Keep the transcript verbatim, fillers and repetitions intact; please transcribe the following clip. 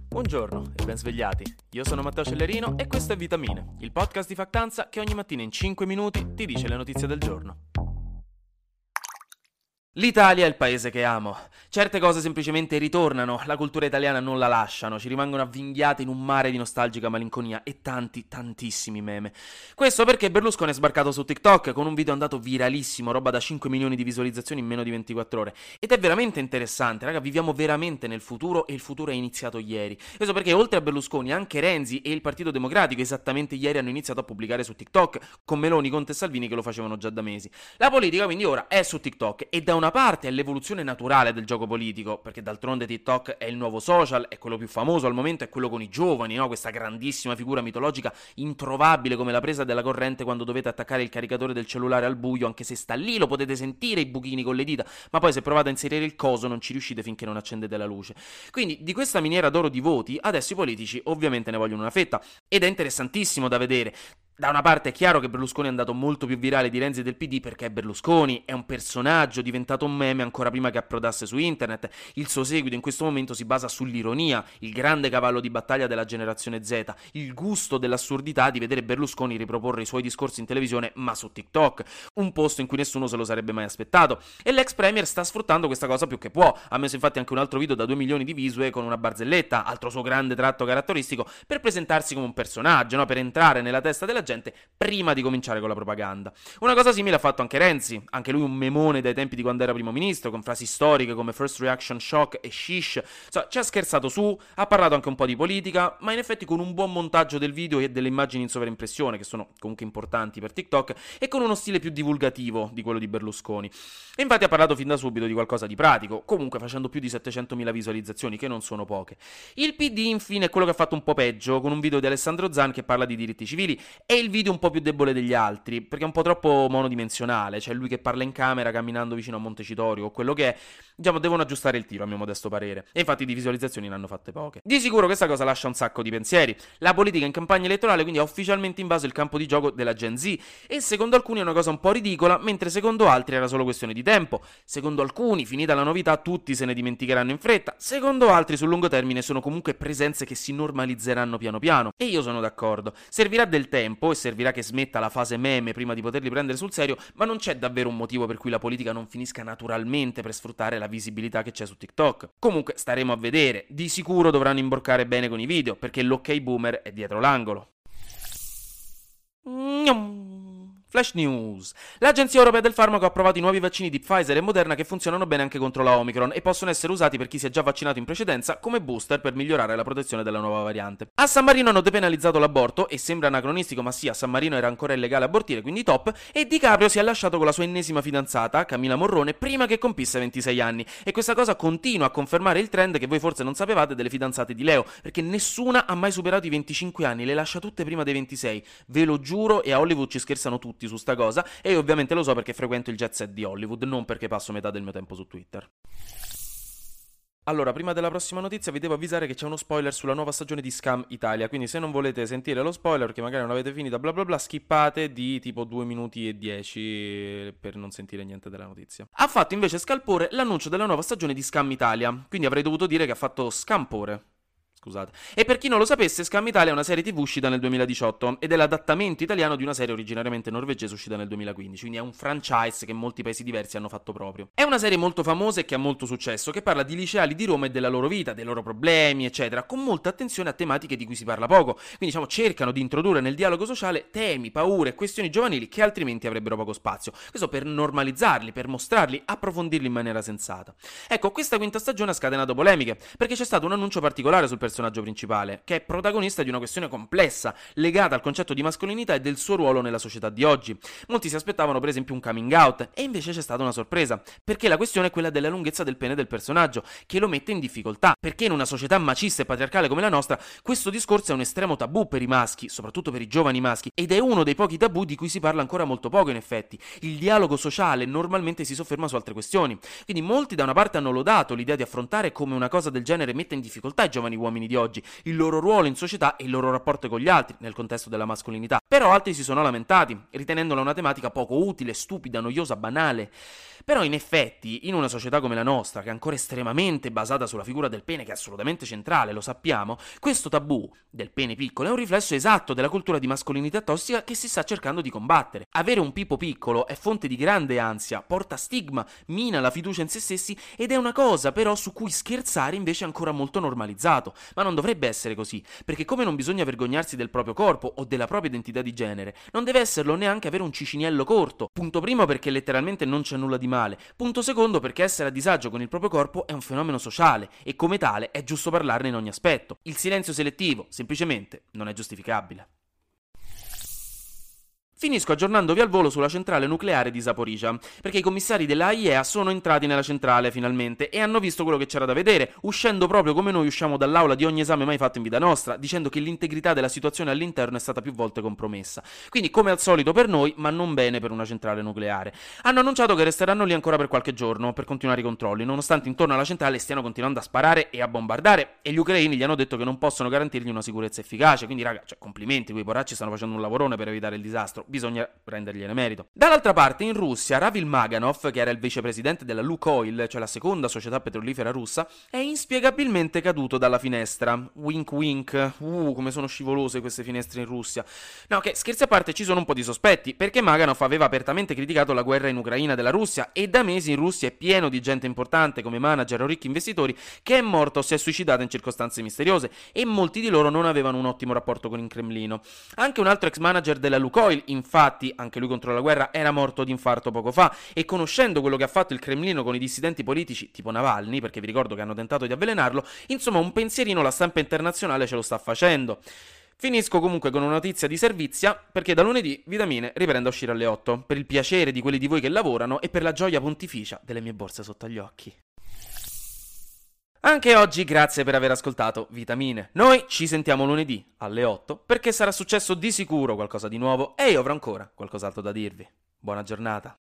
Buongiorno e ben svegliati, io sono Matteo Cellerino e questo è Vitamine, il podcast di Factanza che ogni mattina in cinque minuti ti dice le notizie del giorno. L'Italia è il paese che amo. Certe cose semplicemente ritornano, la cultura italiana non la lasciano, ci rimangono avvinghiate in un mare di nostalgica malinconia e tanti, tantissimi meme. Questo perché Berlusconi è sbarcato su TikTok con un video andato viralissimo, roba da cinque milioni di visualizzazioni in meno di ventiquattro ore. Ed è veramente interessante, raga, viviamo veramente nel futuro e il futuro è iniziato ieri. Questo perché oltre a Berlusconi anche Renzi e il Partito Democratico esattamente ieri hanno iniziato a pubblicare su TikTok, con Meloni, Conte e Salvini che lo facevano già da mesi. La politica quindi ora è su TikTok e da una parte è l'evoluzione naturale del gioco politico, perché d'altronde TikTok è il nuovo social, è quello più famoso al momento, è quello con i giovani, no? Questa grandissima figura mitologica introvabile come la presa della corrente quando dovete attaccare il caricatore del cellulare al buio, anche se sta lì, lo potete sentire i buchini con le dita, ma poi se provate a inserire il coso non ci riuscite finché non accendete la luce. Quindi di questa miniera d'oro di voti adesso i politici ovviamente ne vogliono una fetta, ed è interessantissimo da vedere. Da una parte è chiaro che Berlusconi è andato molto più virale di Renzi e del P D perché è Berlusconi, è un personaggio, diventato un meme ancora prima che approdasse su internet. Il suo seguito in questo momento si basa sull'ironia, il grande cavallo di battaglia della generazione Z, il gusto dell'assurdità di vedere Berlusconi riproporre i suoi discorsi in televisione ma su TikTok, un posto in cui nessuno se lo sarebbe mai aspettato. E l'ex premier sta sfruttando questa cosa più che può, ha messo infatti anche un altro video da due milioni di visue con una barzelletta, altro suo grande tratto caratteristico, per presentarsi come un personaggio, no? Per entrare nella testa della gente prima di cominciare con la propaganda. Una cosa simile ha fatto anche Renzi, anche lui un memone dai tempi di quando era primo ministro, con frasi storiche come first reaction shock e shish. Insomma, ci ha scherzato su, ha parlato anche un po' di politica, ma in effetti con un buon montaggio del video e delle immagini in sovraimpressione, che sono comunque importanti per TikTok, e con uno stile più divulgativo di quello di Berlusconi. E infatti ha parlato fin da subito di qualcosa di pratico, comunque facendo più di settecentomila visualizzazioni, che non sono poche. Il P D infine è quello che ha fatto un po' peggio, con un video di Alessandro Zan che parla di diritti civili, e il video un po' più debole degli altri, perché è un po' troppo monodimensionale, cioè lui che parla in camera camminando vicino a Montecitorio o quello che è, diciamo, devono aggiustare il tiro a mio modesto parere, e infatti di visualizzazioni ne hanno fatte poche. Di sicuro questa cosa lascia un sacco di pensieri, la politica in campagna elettorale quindi ha ufficialmente invaso il campo di gioco della Gen Z, e secondo alcuni è una cosa un po' ridicola, mentre secondo altri era solo questione di tempo, secondo alcuni finita la novità tutti se ne dimenticheranno in fretta, secondo altri sul lungo termine sono comunque presenze che si normalizzeranno piano piano, e io sono d'accordo, servirà del tempo e servirà che smetta la fase meme prima di poterli prendere sul serio, ma non c'è davvero un motivo per cui la politica non finisca naturalmente per sfruttare la visibilità che c'è su TikTok. Comunque staremo a vedere, di sicuro dovranno imborcare bene con i video, perché l'ok boomer è dietro l'angolo. Flash News. L'Agenzia Europea del Farmaco ha approvato i nuovi vaccini di Pfizer e Moderna che funzionano bene anche contro la Omicron e possono essere usati per chi si è già vaccinato in precedenza come booster per migliorare la protezione della nuova variante. A San Marino hanno depenalizzato l'aborto, e sembra anacronistico ma sì, a San Marino era ancora illegale abortire, quindi top, e Di Caprio si è lasciato con la sua ennesima fidanzata, Camilla Morrone, prima che compisse ventisei anni, e questa cosa continua a confermare il trend che voi forse non sapevate delle fidanzate di Leo, perché nessuna ha mai superato i venticinque anni, le lascia tutte prima dei ventisei, ve lo giuro, e a Hollywood ci scherzano tutti su sta cosa, e io ovviamente lo so perché frequento il jet set di Hollywood, non perché passo metà del mio tempo su Twitter. Allora, prima della prossima notizia vi devo avvisare che c'è uno spoiler sulla nuova stagione di Scam Italia, quindi se non volete sentire lo spoiler, che magari non avete finita bla bla bla, skippate di tipo due minuti e dieci per non sentire niente della notizia. Ha fatto invece scalpore l'annuncio della nuova stagione di Scam Italia, quindi avrei dovuto dire che ha fatto scampore. Scusate. E per chi non lo sapesse, Scam Italia è una serie tivù uscita nel duemiladiciotto ed è l'adattamento italiano di una serie originariamente norvegese uscita nel duemilaquindici, quindi è un franchise che molti paesi diversi hanno fatto proprio. È una serie molto famosa e che ha molto successo, che parla di liceali di Roma e della loro vita, dei loro problemi, eccetera, con molta attenzione a tematiche di cui si parla poco, quindi diciamo cercano di introdurre nel dialogo sociale temi, paure e questioni giovanili che altrimenti avrebbero poco spazio, questo per normalizzarli, per mostrarli, approfondirli in maniera sensata. Ecco, questa quinta stagione ha scatenato polemiche, perché c'è stato un annuncio particolare sul personaggio principale, che è protagonista di una questione complessa, legata al concetto di mascolinità e del suo ruolo nella società di oggi. Molti si aspettavano per esempio un coming out, e invece c'è stata una sorpresa, perché la questione è quella della lunghezza del pene del personaggio, che lo mette in difficoltà, perché in una società macista e patriarcale come la nostra, questo discorso è un estremo tabù per i maschi, soprattutto per i giovani maschi, ed è uno dei pochi tabù di cui si parla ancora molto poco in effetti. Il dialogo sociale normalmente si sofferma su altre questioni, quindi molti da una parte hanno lodato l'idea di affrontare come una cosa del genere metta in difficoltà i giovani uomini uomini di oggi, il loro ruolo in società e il loro rapporto con gli altri nel contesto della mascolinità. Però altri si sono lamentati, ritenendola una tematica poco utile, stupida, noiosa, banale. Però in effetti, in una società come la nostra, che è ancora estremamente basata sulla figura del pene, che è assolutamente centrale, lo sappiamo, questo tabù del pene piccolo è un riflesso esatto della cultura di mascolinità tossica che si sta cercando di combattere. Avere un pipo piccolo è fonte di grande ansia, porta stigma, mina la fiducia in se stessi ed è una cosa però su cui scherzare invece è ancora molto normalizzato. Ma non dovrebbe essere così, perché come non bisogna vergognarsi del proprio corpo o della propria identità di genere, non deve esserlo neanche avere un ciciniello corto. Punto primo, perché letteralmente non c'è nulla di male. Punto secondo, perché essere a disagio con il proprio corpo è un fenomeno sociale e come tale è giusto parlarne in ogni aspetto. Il silenzio selettivo semplicemente non è giustificabile. Finisco aggiornandovi al volo sulla centrale nucleare di Zaporizhzhia, perché i commissari della A I E A sono entrati nella centrale finalmente e hanno visto quello che c'era da vedere, uscendo proprio come noi usciamo dall'aula di ogni esame mai fatto in vita nostra, dicendo che l'integrità della situazione all'interno è stata più volte compromessa. Quindi come al solito per noi, ma non bene per una centrale nucleare. Hanno annunciato che resteranno lì ancora per qualche giorno per continuare i controlli, nonostante intorno alla centrale stiano continuando a sparare e a bombardare, e gli ucraini gli hanno detto che non possono garantirgli una sicurezza efficace. Quindi raga, cioè, complimenti, quei poracci stanno facendo un lavorone per evitare il disastro. Bisogna rendergliene merito. Dall'altra parte, in Russia, Ravil Maganov, che era il vicepresidente della Lukoil, cioè la seconda società petrolifera russa, è inspiegabilmente caduto dalla finestra. Wink wink. Uh, come sono scivolose queste finestre in Russia. No, che scherzi a parte, ci sono un po' di sospetti, perché Maganov aveva apertamente criticato la guerra in Ucraina della Russia e da mesi in Russia è pieno di gente importante come manager o ricchi investitori che è morta o si è suicidata in circostanze misteriose e molti di loro non avevano un ottimo rapporto con il Cremlino. Anche un altro ex manager della Lukoil, infatti, anche lui contro la guerra, era morto di infarto poco fa e conoscendo quello che ha fatto il Cremlino con i dissidenti politici tipo Navalny, perché vi ricordo che hanno tentato di avvelenarlo, insomma un pensierino la stampa internazionale ce lo sta facendo. Finisco comunque con una notizia di servizia, perché da lunedì Vitamine riprende a uscire alle otto, per il piacere di quelli di voi che lavorano e per la gioia pontificia delle mie borse sotto gli occhi. Anche oggi grazie per aver ascoltato Vitamine. Noi ci sentiamo lunedì alle otto perché sarà successo di sicuro qualcosa di nuovo e io avrò ancora qualcos'altro da dirvi. Buona giornata.